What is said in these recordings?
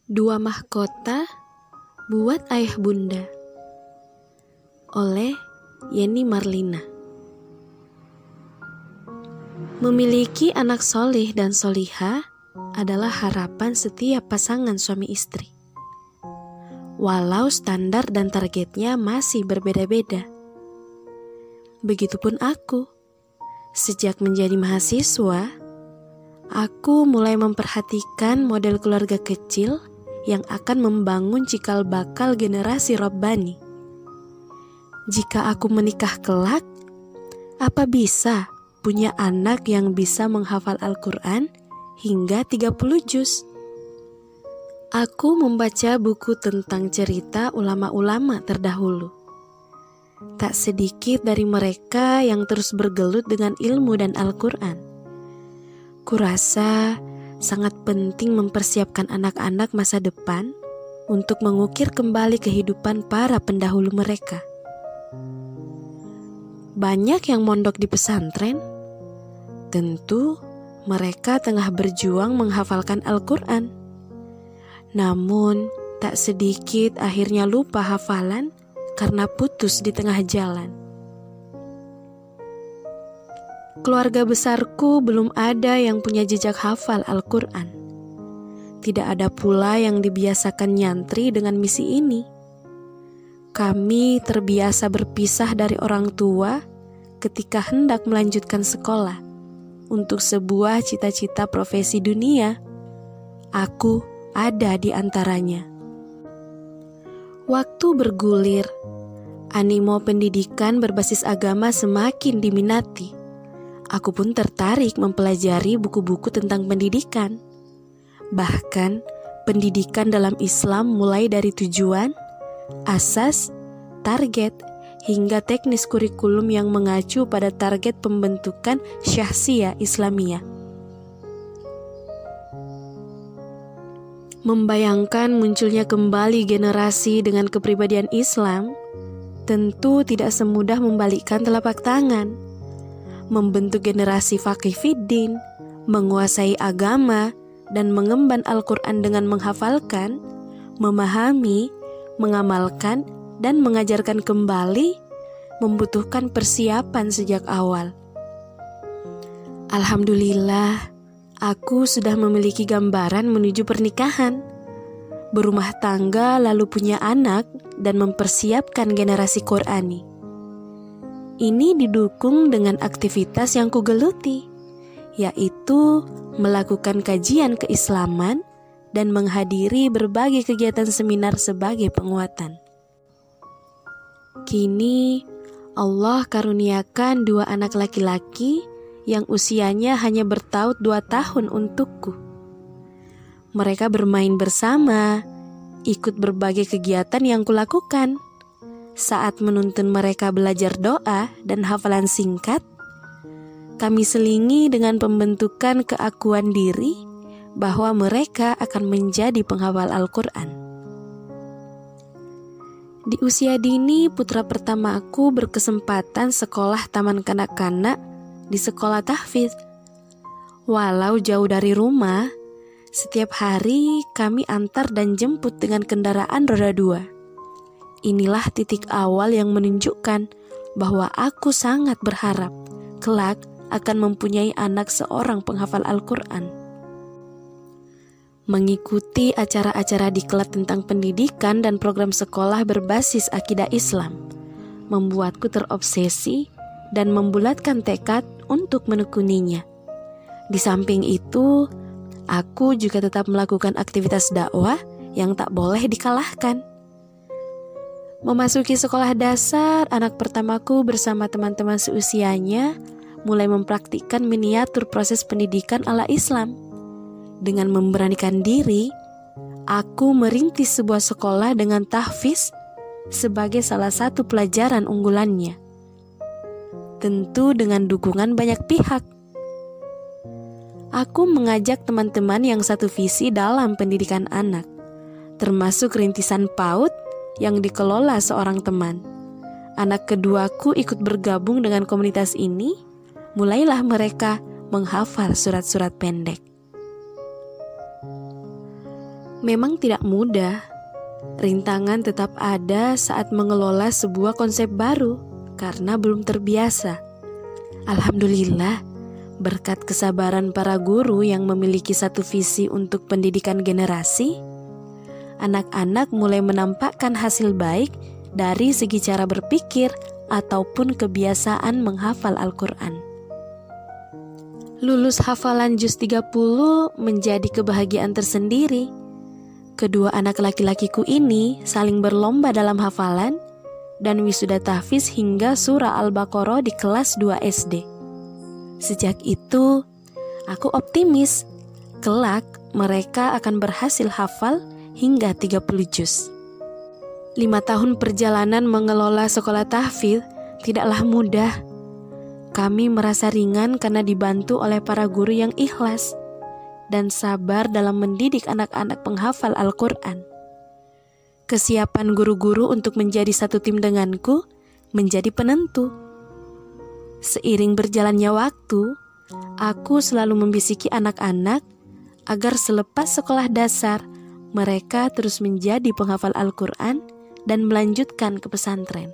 Dua Mahkota Buat Ayah Bunda oleh Yeni Marlina. Memiliki anak soleh dan solihah adalah harapan setiap pasangan suami istri. Walau standar dan targetnya masih berbeda-beda. Begitupun aku. Sejak menjadi mahasiswa, aku mulai memperhatikan model keluarga kecil yang akan membangun cikal bakal generasi Rabbani. Jika aku menikah kelak, apa bisa punya anak yang bisa menghafal Al-Quran hingga 30 juz? Aku membaca buku tentang cerita ulama-ulama terdahulu. Tak sedikit dari mereka yang terus bergelut dengan ilmu dan Al-Quran. Kurasa sangat penting mempersiapkan anak-anak masa depan untuk mengukir kembali kehidupan para pendahulu mereka. Banyak yang mondok di pesantren, tentu mereka tengah berjuang menghafalkan Al-Quran. Namun, tak sedikit akhirnya lupa hafalan karena putus di tengah jalan. Keluarga besarku belum ada yang punya jejak hafal Al-Quran. Tidak ada pula yang dibiasakan nyantri dengan misi ini. Kami terbiasa berpisah dari orang tua ketika hendak melanjutkan sekolah untuk sebuah cita-cita profesi dunia. Aku ada di antaranya. Waktu bergulir, animo pendidikan berbasis agama semakin diminati. Aku pun tertarik mempelajari buku-buku tentang pendidikan. Bahkan, pendidikan dalam Islam mulai dari tujuan, asas, target, hingga teknis kurikulum yang mengacu pada target pembentukan syahsiyah Islamiyah. Membayangkan munculnya kembali generasi dengan kepribadian Islam, tentu tidak semudah membalikkan telapak tangan. Membentuk generasi faqih fiddin, menguasai agama, dan mengemban Al-Quran dengan menghafalkan, memahami, mengamalkan, dan mengajarkan kembali, membutuhkan persiapan sejak awal. Alhamdulillah, aku sudah memiliki gambaran menuju pernikahan, berumah tangga lalu punya anak, dan mempersiapkan generasi Qurani. Ini didukung dengan aktivitas yang kugeluti, yaitu melakukan kajian keislaman dan menghadiri berbagai kegiatan seminar sebagai penguatan. Kini, Allah karuniakan 2 anak laki-laki yang usianya hanya bertaut 2 tahun untukku. Mereka bermain bersama, ikut berbagai kegiatan yang kulakukan. Saat menuntun mereka belajar doa dan hafalan singkat, kami selingi dengan pembentukan keakuan diri bahwa mereka akan menjadi penghafal Al-Quran. Di usia dini, putra pertama aku berkesempatan sekolah taman kanak-kanak di sekolah tahfidz. Walau jauh dari rumah, setiap hari kami antar dan jemput dengan kendaraan roda 2. Inilah titik awal yang menunjukkan bahwa aku sangat berharap kelak akan mempunyai anak seorang penghafal Al-Quran. Mengikuti acara-acara diklat tentang pendidikan dan program sekolah berbasis akidah Islam membuatku terobsesi dan membulatkan tekad untuk menekuninya. Di samping itu, aku juga tetap melakukan aktivitas dakwah yang tak boleh dikalahkan. Memasuki sekolah dasar, anak pertamaku bersama teman-teman seusianya mulai mempraktikkan miniatur proses pendidikan ala Islam. Dengan memberanikan diri, aku merintis sebuah sekolah dengan tahfidz sebagai salah satu pelajaran unggulannya. Tentu dengan dukungan banyak pihak. Aku mengajak teman-teman yang satu visi dalam pendidikan anak, termasuk rintisan PAUD yang dikelola seorang teman. Anak keduaku ikut bergabung dengan komunitas ini. Mulailah mereka menghafal surat-surat pendek. Memang tidak mudah. Rintangan tetap ada saat mengelola sebuah konsep baru karena belum terbiasa. Alhamdulillah, berkat kesabaran para guru yang memiliki satu visi untuk pendidikan generasi, anak-anak mulai menampakkan hasil baik dari segi cara berpikir ataupun kebiasaan menghafal Al-Quran. Lulus hafalan juz 30 menjadi kebahagiaan tersendiri. Kedua anak laki-lakiku ini saling berlomba dalam hafalan dan wisuda tahfiz hingga surah Al-Baqarah di kelas 2 SD. Sejak itu, aku optimis kelak mereka akan berhasil hafal hingga 30 juz. 5 tahun perjalanan mengelola sekolah tahfiz tidaklah mudah. Kami merasa ringan karena dibantu oleh para guru yang ikhlas dan sabar dalam mendidik anak-anak penghafal Al-Quran. Kesiapan guru-guru untuk menjadi satu tim denganku menjadi penentu. Seiring berjalannya waktu, aku selalu membisiki anak-anak agar selepas sekolah dasar, mereka terus menjadi penghafal Al-Quran dan melanjutkan ke pesantren.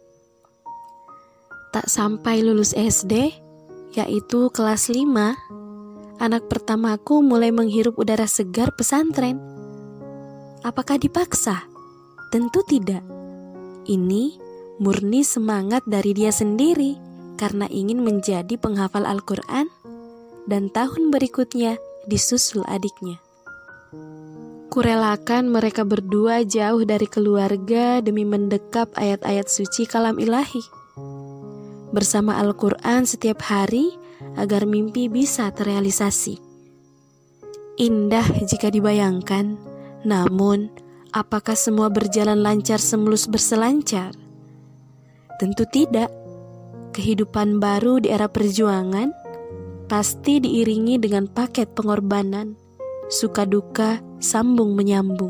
Tak sampai lulus SD, yaitu kelas 5, anak pertamaku mulai menghirup udara segar pesantren. Apakah dipaksa? Tentu tidak. Ini murni semangat dari dia sendiri karena ingin menjadi penghafal Al-Quran, dan tahun berikutnya disusul adiknya. Kurelakan mereka berdua jauh dari keluarga demi mendekap ayat-ayat suci kalam ilahi. Bersama Al-Quran setiap hari agar mimpi bisa terrealisasi. Indah jika dibayangkan, namun apakah semua berjalan lancar semulus berselancar? Tentu tidak. Kehidupan baru di era perjuangan pasti diiringi dengan paket pengorbanan, suka duka sambung menyambung.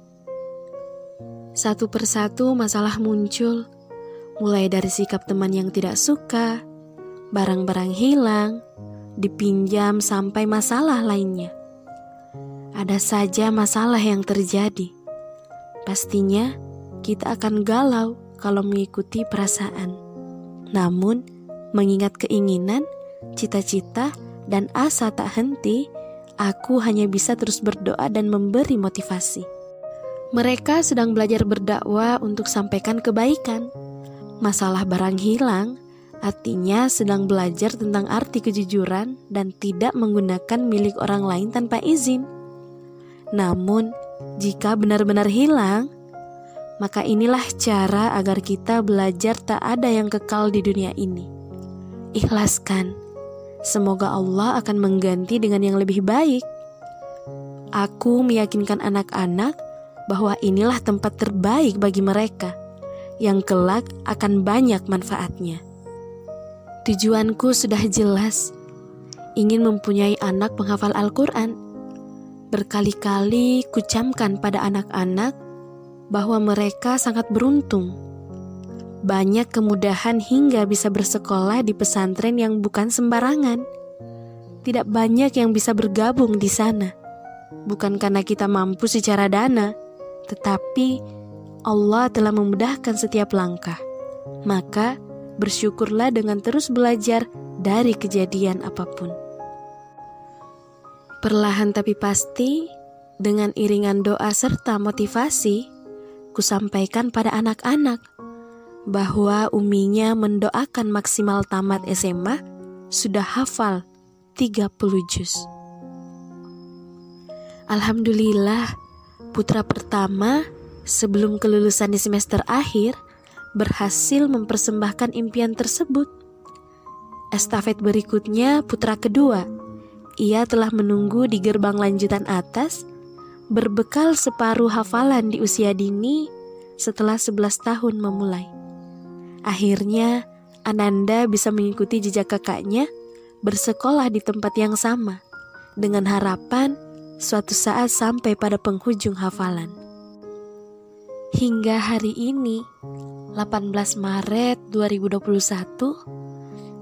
Satu persatu masalah muncul, mulai dari sikap teman yang tidak suka, barang-barang hilang, dipinjam sampai masalah lainnya. Ada saja masalah yang terjadi. Pastinya kita akan galau kalau mengikuti perasaan. Namun, mengingat keinginan, cita-cita, dan asa tak henti, aku hanya bisa terus berdoa dan memberi motivasi. Mereka sedang belajar berdakwah untuk sampaikan kebaikan. Masalah barang hilang, artinya sedang belajar tentang arti kejujuran dan tidak menggunakan milik orang lain tanpa izin. Namun, jika benar-benar hilang, maka inilah cara agar kita belajar tak ada yang kekal di dunia ini. Ikhlaskan. Semoga Allah akan mengganti dengan yang lebih baik. Aku meyakinkan anak-anak bahwa inilah tempat terbaik bagi mereka, yang kelak akan banyak manfaatnya. Tujuanku sudah jelas, ingin mempunyai anak penghafal Al-Quran. Berkali-kali kucamkan pada anak-anak bahwa mereka sangat beruntung. Banyak kemudahan hingga bisa bersekolah di pesantren yang bukan sembarangan. Tidak banyak yang bisa bergabung di sana. Bukan karena kita mampu secara dana, tetapi Allah telah memudahkan setiap langkah. Maka bersyukurlah dengan terus belajar dari kejadian apapun. Perlahan tapi pasti, dengan iringan doa serta motivasi, kusampaikan pada anak-anak bahwa uminya mendoakan maksimal tamat SMA sudah hafal 30 juz. Alhamdulillah, putra pertama sebelum kelulusan di semester akhir berhasil mempersembahkan impian tersebut. Estafet berikutnya putra kedua, ia telah menunggu di gerbang lanjutan atas, berbekal separuh hafalan di usia dini setelah 11 tahun memulai. Akhirnya, Ananda bisa mengikuti jejak kakaknya bersekolah di tempat yang sama, dengan harapan suatu saat sampai pada penghujung hafalan. Hingga hari ini, 18 Maret 2021,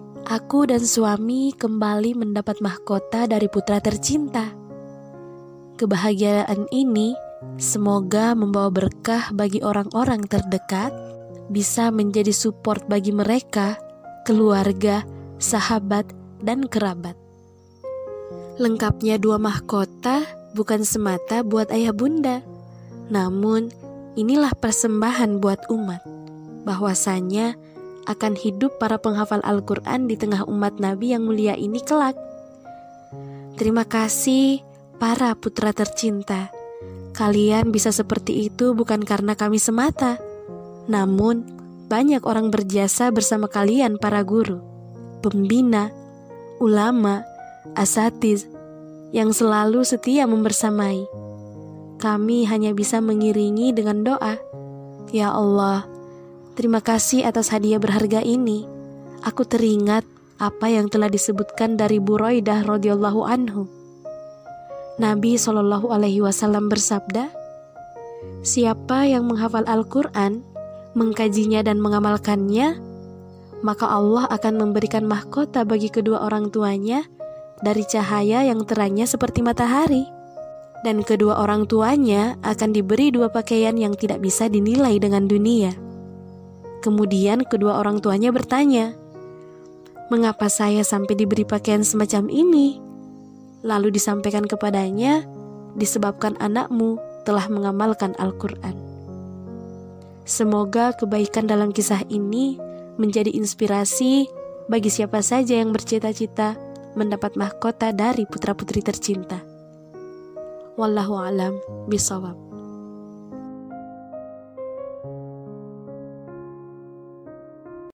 aku dan suami kembali mendapat mahkota dari putra tercinta. Kebahagiaan ini semoga membawa berkah bagi orang-orang terdekat, bisa menjadi support bagi mereka, keluarga, sahabat, dan kerabat. Lengkapnya 2 mahkota bukan semata buat ayah bunda, namun inilah persembahan buat umat, bahwasanya akan hidup para penghafal Al-Quran di tengah umat Nabi yang mulia ini kelak. Terima kasih para putra tercinta. Kalian bisa seperti itu bukan karena kami semata, namun banyak orang berjasa bersama kalian, para guru, pembina, ulama, asatiz yang selalu setia membersamai. Kami hanya bisa mengiringi dengan doa. Ya Allah, terima kasih atas hadiah berharga ini. Aku teringat apa yang telah disebutkan dari Buraidah radhiyallahu anhu. Nabi SAW bersabda, siapa yang menghafal Al-Quran, mengkajinya dan mengamalkannya, maka Allah akan memberikan mahkota bagi kedua orang tuanya dari cahaya yang terangnya seperti matahari. Dan kedua orang tuanya akan diberi 2 pakaian yang tidak bisa dinilai dengan dunia. Kemudian kedua orang tuanya bertanya, mengapa saya sampai diberi pakaian semacam ini? Lalu disampaikan kepadanya, disebabkan anakmu telah mengamalkan Al-Quran. Semoga kebaikan dalam kisah ini menjadi inspirasi bagi siapa saja yang bercita-cita mendapat mahkota dari putra-putri tercinta. Wallahu a'lam bishawab.